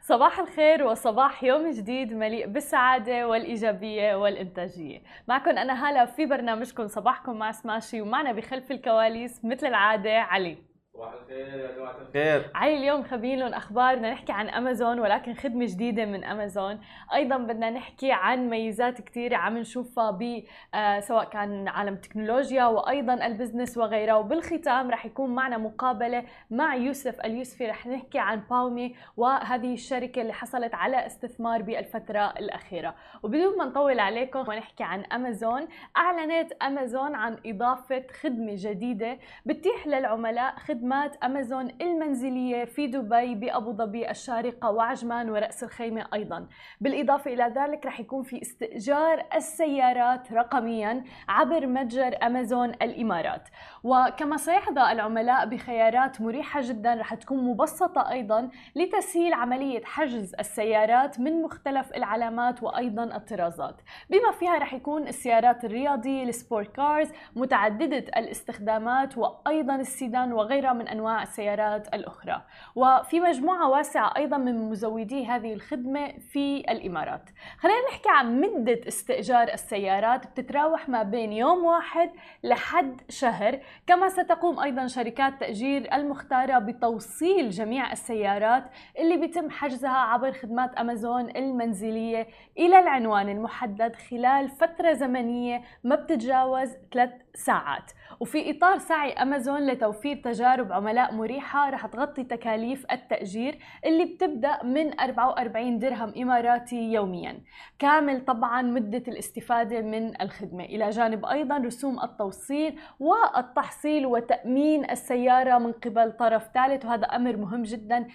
صباح الخير وصباح يوم جديد مليء بالسعادة والإيجابية والإنتاجية. معكم أنا هالة في برنامجكم صباحكم مع سماشي، ومعنا بخلف الكواليس مثل العادة علي. صباح الخير يا جماعة الخير. علي اليوم خبير أخبار، بدنا نحكي عن أمازون ولكن خدمة جديدة من أمازون. أيضا بدنا نحكي عن ميزات كتيرة عم نشوفها سواء كان عالم التكنولوجيا وأيضا البزنس وغيره. وبالختام رح يكون معنا مقابلة مع يوسف اليوسفي، رح نحكي عن باومي وهذه الشركة اللي حصلت على استثمار بالفترة الأخيرة. وبدون ما نطول عليكم ونحكي عن أمازون، أعلنت أمازون عن إضافة خدمة جديدة بتتيح للعملاء خدمات أمازون المنزلية في دبي، بأبو ظبي، الشارقة وعجمان ورأس الخيمة أيضا. بالإضافة إلى ذلك رح يكون في استئجار السيارات رقميا عبر متجر أمازون الإمارات، وكما سيحظى العملاء بخيارات مريحة جدا رح تكون مبسطة أيضا لتسهيل عملية حجز السيارات من مختلف العلامات وأيضا الطرازات، بما فيها رح يكون السيارات الرياضية، السبورت كارز متعددة الاستخدامات، وأيضا السيدان وغيرها من أنواع السيارات الأخرى. وفي مجموعة واسعة أيضا من مزودي هذه الخدمة في الإمارات. خلينا نحكي عن مدة استئجار السيارات، بتتراوح ما بين يوم واحد لحد شهر. كما ستقوم أيضا شركات تأجير المختارة بتوصيل جميع السيارات اللي بيتم حجزها عبر خدمات أمازون المنزلية إلى العنوان المحدد خلال فترة زمنية ما بتتجاوز 3 ساعات. وفي إطار سعي أمازون لتوفير تجارب عملاء مريحة، رح تغطي تكاليف التأجير اللي بتبدأ من 44 درهم إماراتي يوميا، كامل طبعا مدة الاستفادة من الخدمة، إلى جانب أيضا رسوم التوصيل والتحصيل وتأمين السيارة من قبل طرف ثالث. وهذا أمر مهم جدا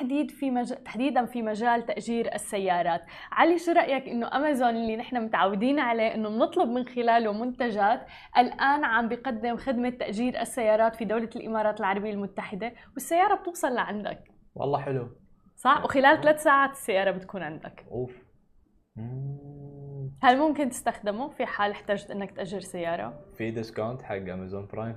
تحديدا في مجال تأجير السيارات. علي، شو رأيك إنه أمازون اللي نحن متعودين عليه إنه بنطلب من خلاله منتجات، الآن عم بيقدم خدمة تأجير السيارات في دولة الإمارات العربية المتحدة، والسيارة بتوصل لعندك؟ والله حلو، صح، وخلال 3 ساعات السيارة بتكون عندك. اوف. هل ممكن تستخدمه في حال احتجت انك تأجر سيارة؟ في ديسكاونت حق امازون برايم.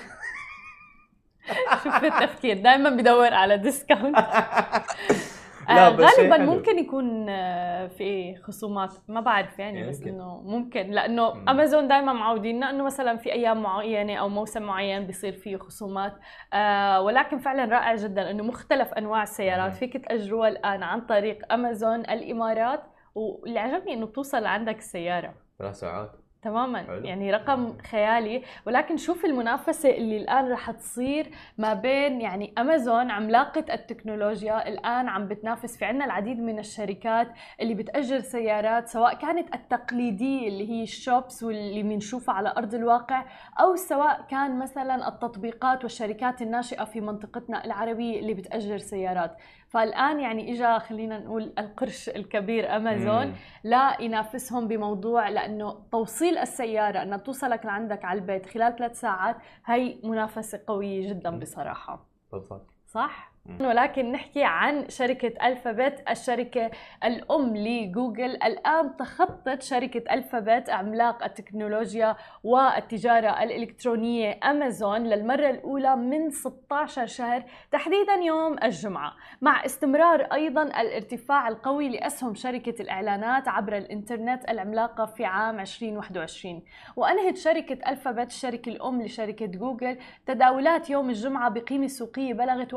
شوف التفكير دائما بدور على ديسكاونت. لا بس غالبا حلو. ممكن يكون في خصومات، ما بعرف يعني، بس يمكن. انه ممكن، لانه امازون دائما معوديننا انه مثلا في ايام معينه او موسم معين بيصير فيه خصومات. ولكن فعلا رائع جدا انه مختلف انواع السيارات فيك تأجروها الان عن طريق امازون الامارات. واللي عجبني انه بتوصل لعندك السياره 3 ساعات تماما. حلو. يعني رقم خيالي. ولكن شوف المنافسة اللي الآن رح تصير ما بين، يعني أمازون عملاقة التكنولوجيا الآن عم بتنافس. في عنا العديد من الشركات اللي بتأجر سيارات، سواء كانت التقليدية اللي هي الشوبس واللي بنشوفها على أرض الواقع، أو سواء كان مثلا التطبيقات والشركات الناشئة في منطقتنا العربية اللي بتأجر سيارات. فالآن يعني إجا خلينا نقول القرش الكبير أمازون لا ينافسهم بموضوع، لأنه توصيل السيارة أنها توصلك لعندك على البيت خلال 3 ساعات هي منافسة قوية جدا بصراحة. بالضبط، صح؟ ولكن نحكي عن شركة ألفابت، الشركة الأم لجوجل. الآن تخطت شركة ألفابت عملاق التكنولوجيا والتجارة الإلكترونية أمازون للمرة الأولى من 16 شهر، تحديدا يوم الجمعة، مع استمرار أيضا الارتفاع القوي لأسهم شركة الإعلانات عبر الإنترنت العملاقة في عام 2021. وأنهت شركة ألفابت الشركة الأم لشركة جوجل تداولات يوم الجمعة بقيمة سوقية بلغت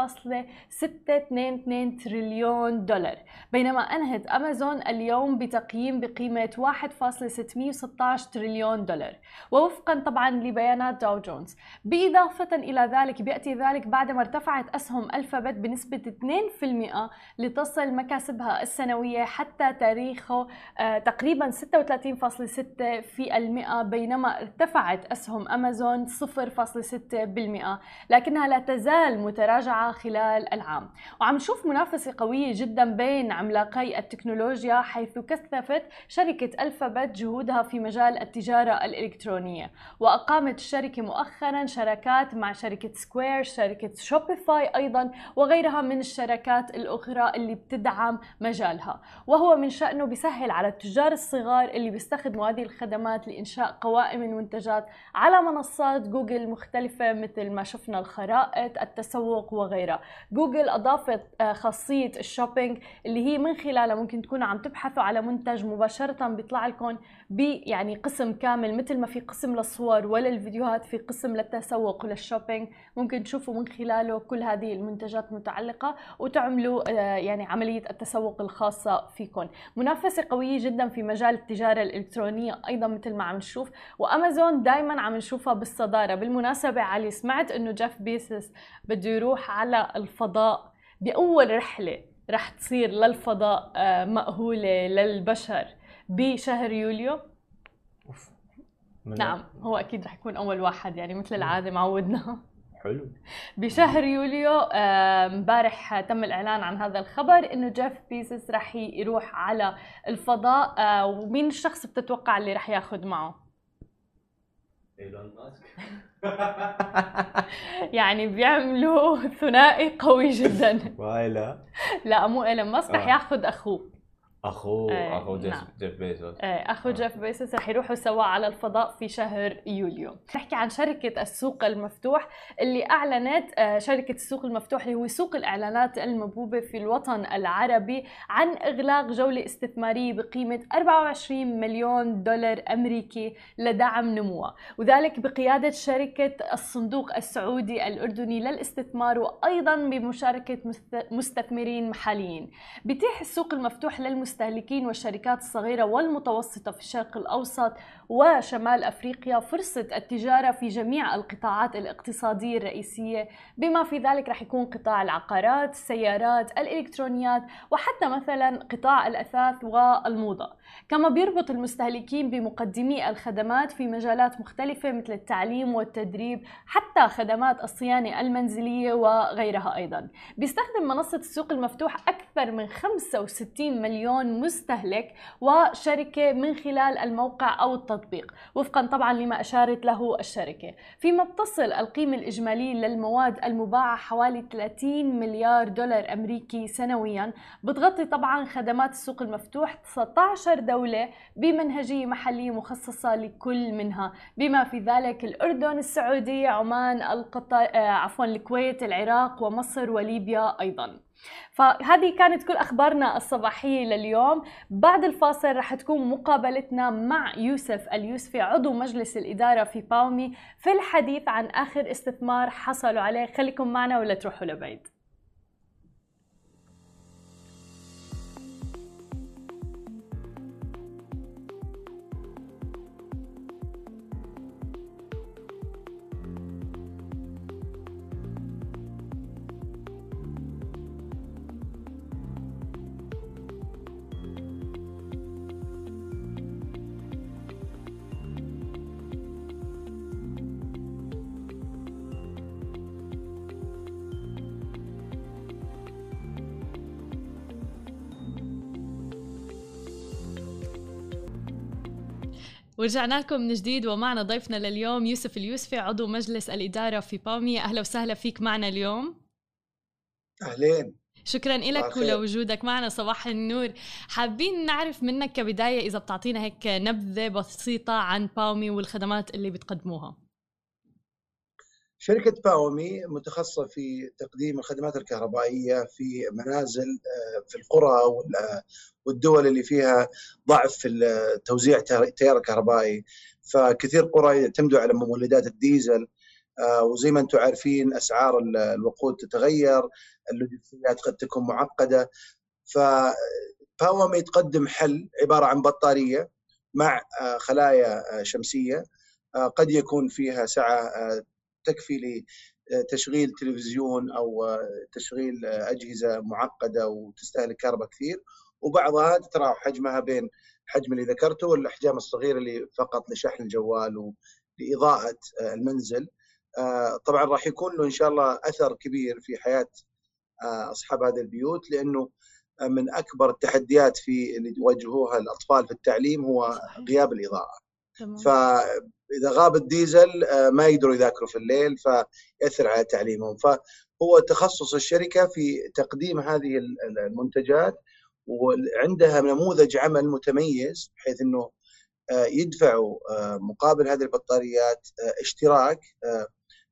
1.622 تريليون دولار، بينما أنهت أمازون اليوم بتقييم بقيمة 1.616 تريليون دولار، ووفقا طبعا لبيانات داو جونز. بإضافة إلى ذلك بيأتي ذلك بعدما ارتفعت أسهم ألفابت بنسبة 2% لتصل مكاسبها السنوية حتى تاريخه تقريبا 36.6%، بينما ارتفعت أسهم أمازون 0.6%، لكنها لا تزال متراجعة خلال العام. وعم نشوف منافسة قوية جدا بين عملاقي التكنولوجيا، حيث كثفت شركة ألفابت جهودها في مجال التجارة الإلكترونية، وأقامت الشركة مؤخرا شراكات مع شركة سكوير، شركة شوبيفاي أيضا، وغيرها من الشركات الأخرى اللي بتدعم مجالها. وهو من شأنه بيسهل على التجار الصغار اللي بيستخدموا هذه الخدمات لإنشاء قوائم المنتجات على منصات جوجل مختلفة، مثل ما شفنا الخرائط التسوق وغيرها. جوجل أضافت خاصية الشوبينج اللي هي من خلالها ممكن تكونوا عم تبحثوا على منتج مباشرة بيطلع لكم يعني قسم كامل، مثل ما في قسم للصور ولا الفيديوهات في قسم للتسوق وللشوبينج، ممكن تشوفوا من خلاله كل هذه المنتجات متعلقة وتعملوا يعني عملية التسوق الخاصة فيكم. منافسة قوية جدا في مجال التجارة الإلكترونية أيضا مثل ما عم نشوف، وأمازون دايما عم نشوفها بالصدارة. بالمناسبة علي، سمعت إنه جيف بيزوس بده يروح على الفضاء بأول رحلة رح تصير للفضاء مأهولة للبشر بشهر يوليو. نعم، هو أكيد رح يكون أول واحد، يعني مثل العادة معودنا. حلو. بشهر يوليو امبارح تم الإعلان عن هذا الخبر إنه جيف بيزوس رح يروح على الفضاء. ومين الشخص بتتوقع اللي رح ياخذ معه؟ إيلون ماسك. يعني بيعملوا ثنائي قوي جدا. وايلا لا مو إيلون ماسك، رح ياخذ أخوه. اخو نعم. جيف بيزوس. اخو جيف بيزوس رح يروحوا سوا على الفضاء في شهر يوليو. نحكي عن شركة السوق المفتوح اللي اعلنت، شركة السوق المفتوح اللي هو سوق الاعلانات المبوبة في الوطن العربي، عن اغلاق جولة استثمارية بقيمة 24 مليون دولار امريكي لدعم نموها، وذلك بقيادة شركة الصندوق السعودي الاردني للاستثمار، وايضا بمشاركة مستثمرين محليين. بيتيح السوق المفتوح للمستثمرين والشركات الصغيرة والمتوسطة في الشرق الأوسط وشمال أفريقيا فرصة التجارة في جميع القطاعات الاقتصادية الرئيسية، بما في ذلك رح يكون قطاع العقارات، السيارات، الإلكترونيات، وحتى مثلا قطاع الأثاث والموضة. كما بيربط المستهلكين بمقدمي الخدمات في مجالات مختلفة مثل التعليم والتدريب، حتى خدمات الصيانة المنزلية وغيرها. أيضا بيستخدم منصة السوق المفتوح أكثر من 65 مليون مستهلك وشركة من خلال الموقع أو التطبيق، وفقا طبعا لما أشارت له الشركة. فيما بتصل القيمة الإجمالية للمواد المباعة حوالي 30 مليار دولار أمريكي سنويا. بتغطي طبعا خدمات السوق المفتوح 19 دولة بمنهجية محلية مخصصة لكل منها، بما في ذلك الأردن، السعودية، عمان، الكويت، العراق ومصر وليبيا أيضا. فهذه كانت كل أخبارنا الصباحية لليوم. بعد الفاصل رح تكون مقابلتنا مع يوسف اليوسفي عضو مجلس الإدارة في باومي في الحديث عن آخر استثمار حصلوا عليه. خليكم معنا ولا تروحوا لبعيد. ورجعنا لكم من جديد، ومعنا ضيفنا لليوم يوسف اليوسفي عضو مجلس الإدارة في باومي. أهلا وسهلا فيك معنا اليوم. أهلين، شكرا لك ولوجودك معنا. صباح النور. حابين نعرف منك كبداية إذا بتعطينا هيك نبذة بسيطة عن باومي والخدمات اللي بتقدموها. شركة باومي متخصصة في تقديم الخدمات الكهربائية في منازل في القرى والدول اللي فيها ضعف في توزيع التيار الكهربائي. فكثير قرى يعتمدوا على مولدات الديزل، وزي ما انتم عارفين أسعار الوقود تتغير، اللوجستيات قد تكون معقدة. فباومي تقدم حل عبارة عن بطارية مع خلايا شمسية قد يكون فيها سعة تكفي لتشغيل تلفزيون أو تشغيل أجهزة معقدة وتستهلك كهرباء كثير، وبعضها تتراوح حجمها بين حجم اللي ذكرته والأحجام الصغيرة اللي فقط لشحن الجوال ولإضاءة المنزل. طبعا راح يكون له إن شاء الله أثر كبير في حياة أصحاب هذه البيوت، لأنه من أكبر التحديات اللي يواجهوها الأطفال في التعليم هو غياب الإضاءة. فإذا غاب الديزل ما يقدروا يذاكروا في الليل، فيأثر على تعليمهم. فهو تخصص الشركة في تقديم هذه المنتجات، وعندها نموذج عمل متميز بحيث أنه يدفعوا مقابل هذه البطاريات اشتراك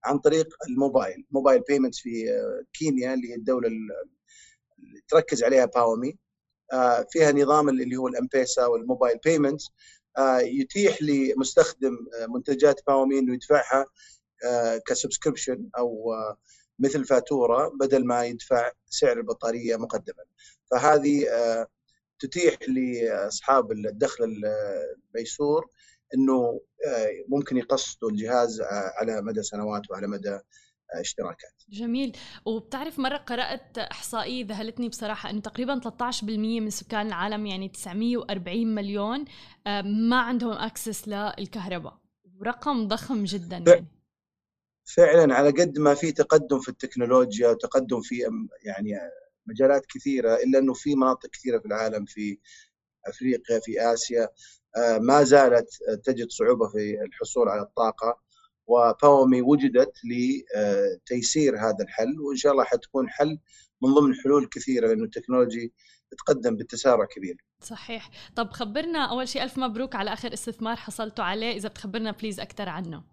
عن طريق موبايل بيمنتس في كينيا، اللي هي الدوله اللي تركز عليها باومي. فيها نظام اللي هو الامبيسا والموبايل بيمنتس، يتيح لمستخدم منتجات باومي انه يدفعها كسبسكريبشن او مثل فاتوره بدل ما يدفع سعر البطاريه مقدما. فهذه تتيح لاصحاب الدخل الميسور انه ممكن يقسطوا الجهاز على مدى سنوات وعلى مدى اشتراكات. جميل. وبتعرف مرة قرأت إحصائية ذهلتني بصراحة إنه تقريبا 13% من سكان العالم، يعني 940 مليون، ما عندهم أكسس للكهرباء. رقم ضخم جدا يعني. فعلا على قد ما في تقدم في التكنولوجيا وتقدم في يعني مجالات كثيرة، إلا أنه في مناطق كثيرة في العالم، في أفريقيا، في آسيا، ما زالت تجد صعوبة في الحصول على الطاقة، وباومي وجدت لتيسير هذا الحل، وإن شاء الله حتكون حل من ضمن حلول كثيرة، لأنه التكنولوجي تقدم بتسارع كبير. صحيح. طب خبرنا أول شيء، ألف مبروك على آخر استثمار حصلتوا عليه، إذا بتخبرنا بليز أكثر عنه.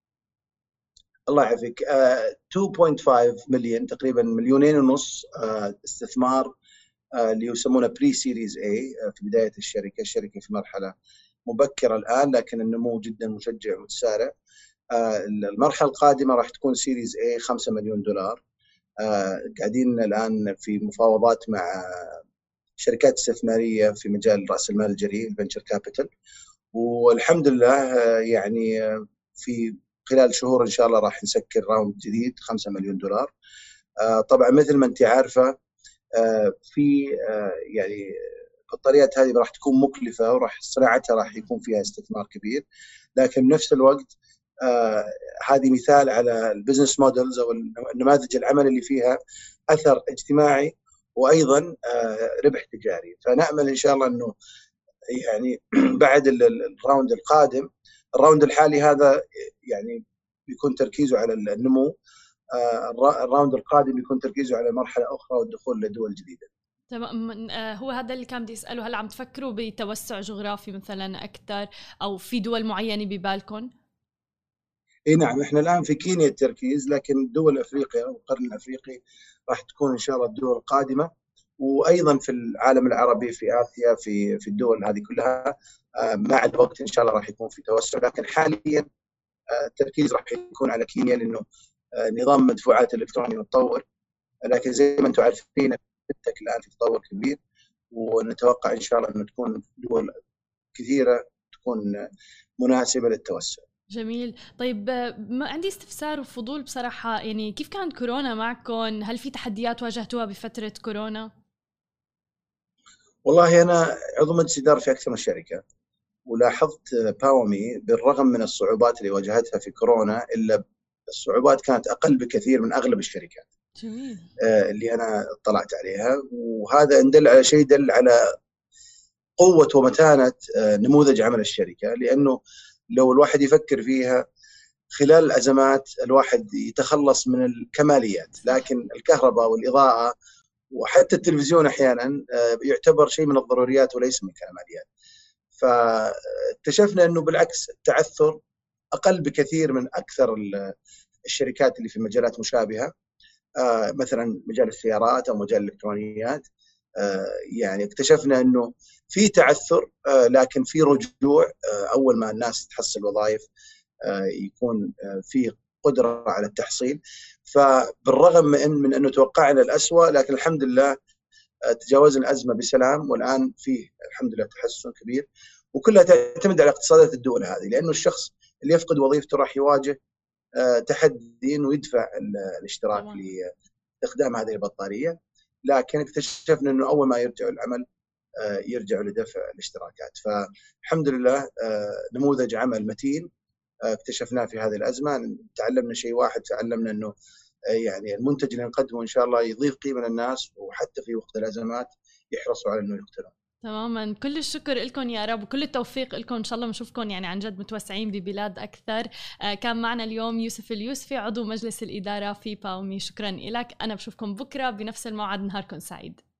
الله يعافيك. 2.5 مليون، تقريبا 2.5 مليون استثمار اللي يسمونه بري سيريز اي في بدايه الشركه في مرحله مبكره الان، لكن النمو جدا مشجع ومتسارع. المرحله القادمه راح تكون سيريز اي 5 مليون دولار. قاعدين الان في مفاوضات مع شركات استثماريه في مجال راس المال الجريء، الفنتشر كابيتال، والحمد لله يعني في خلال شهور ان شاء الله راح نسكر راوند جديد 5 مليون دولار. طبعا مثل ما انت عارفه في يعني البطاريات هذه راح تكون مكلفه، وراح صناعتها راح يكون فيها استثمار كبير، لكن بنفس الوقت هذه مثال على البزنس مودلز او النماذج العمل اللي فيها اثر اجتماعي وايضا ربح تجاري. فنامل ان شاء الله انه يعني بعد الراوند القادم، الراوند الحالي هذا يعني بيكون تركيزه على النمو، الراوند القادم يكون تركيزه على مرحلة أخرى والدخول لدول جديدة. تمام. هو هذا اللي كان بدي أسأله، هل عم تفكروا بتوسع جغرافي مثلا أكثر، أو في دول معينة ببالكم؟ اي نعم، احنا الان في كينيا التركيز، لكن دول افريقيا والقرن الافريقي راح تكون ان شاء الله الدول القادمه، وايضا في العالم العربي، في اسيا، في الدول هذه كلها مع الوقت ان شاء الله راح يكون في توسع، لكن حاليا التركيز راح يكون على كينيا، لانه نظام مدفوعات الالكتروني متطور، لكن زي ما انتم عارفين التك الان في تطور كبير، ونتوقع ان شاء الله انه تكون دول كثيره تكون مناسبه للتوسع. جميل. طيب عندي استفسار وفضول بصراحة، يعني كيف كانت كورونا معكم؟ هل في تحديات واجهتوها بفترة كورونا؟ والله أنا عضو مجلس إدارة في أكثر من شركة، ولاحظت باومي بالرغم من الصعوبات اللي واجهتها في كورونا، إلا الصعوبات كانت أقل بكثير من أغلب الشركات. جميل. اللي أنا اطلعت عليها، وهذا إن دل على شيء، دل على قوة ومتانة نموذج عمل الشركة، لأنه لو الواحد يفكر فيها، خلال الأزمات الواحد يتخلص من الكماليات، لكن الكهرباء والإضاءة وحتى التلفزيون أحيانا يعتبر شيء من الضروريات وليس من الكماليات. فاكتشفنا أنه بالعكس التعثر أقل بكثير من أكثر الشركات اللي في مجالات مشابهة، مثلا مجال السيارات أو مجال الإلكترونيات. يعني اكتشفنا أنه في تعثر، لكن في رجوع أول ما الناس تحصل وظائف، يكون في قدرة على التحصيل. فبالرغم من أنه توقعنا الأسوأ، لكن الحمد لله تجاوزنا الأزمة بسلام، والآن فيه الحمد لله تحسن كبير، وكلها تعتمد على اقتصادات الدول هذه، لأنه الشخص اللي يفقد وظيفته راح يواجه تحدي إنه يدفع الاشتراك لاستخدام هذه البطارية، لكن اكتشفنا أنه أول ما يرجعوا العمل يرجعوا لدفع الاشتراكات. فالحمد لله نموذج عمل متين اكتشفناه في هذه الأزمة. تعلمنا شيء واحد، تعلمنا أنه يعني المنتج اللي نقدمه إن شاء الله يضيف قيمة للناس، وحتى في وقت الأزمات يحرصوا على أنه يقتنعوا. تماما. كل الشكر لكم يا رب، وكل التوفيق لكم، إن شاء الله بنشوفكم يعني عن جد متوسعين ببلاد أكثر. كان معنا اليوم يوسف اليوسفي، عضو مجلس الإدارة في باومي. شكرا لك. أنا بشوفكم بكرة بنفس الموعد. نهاركم سعيد.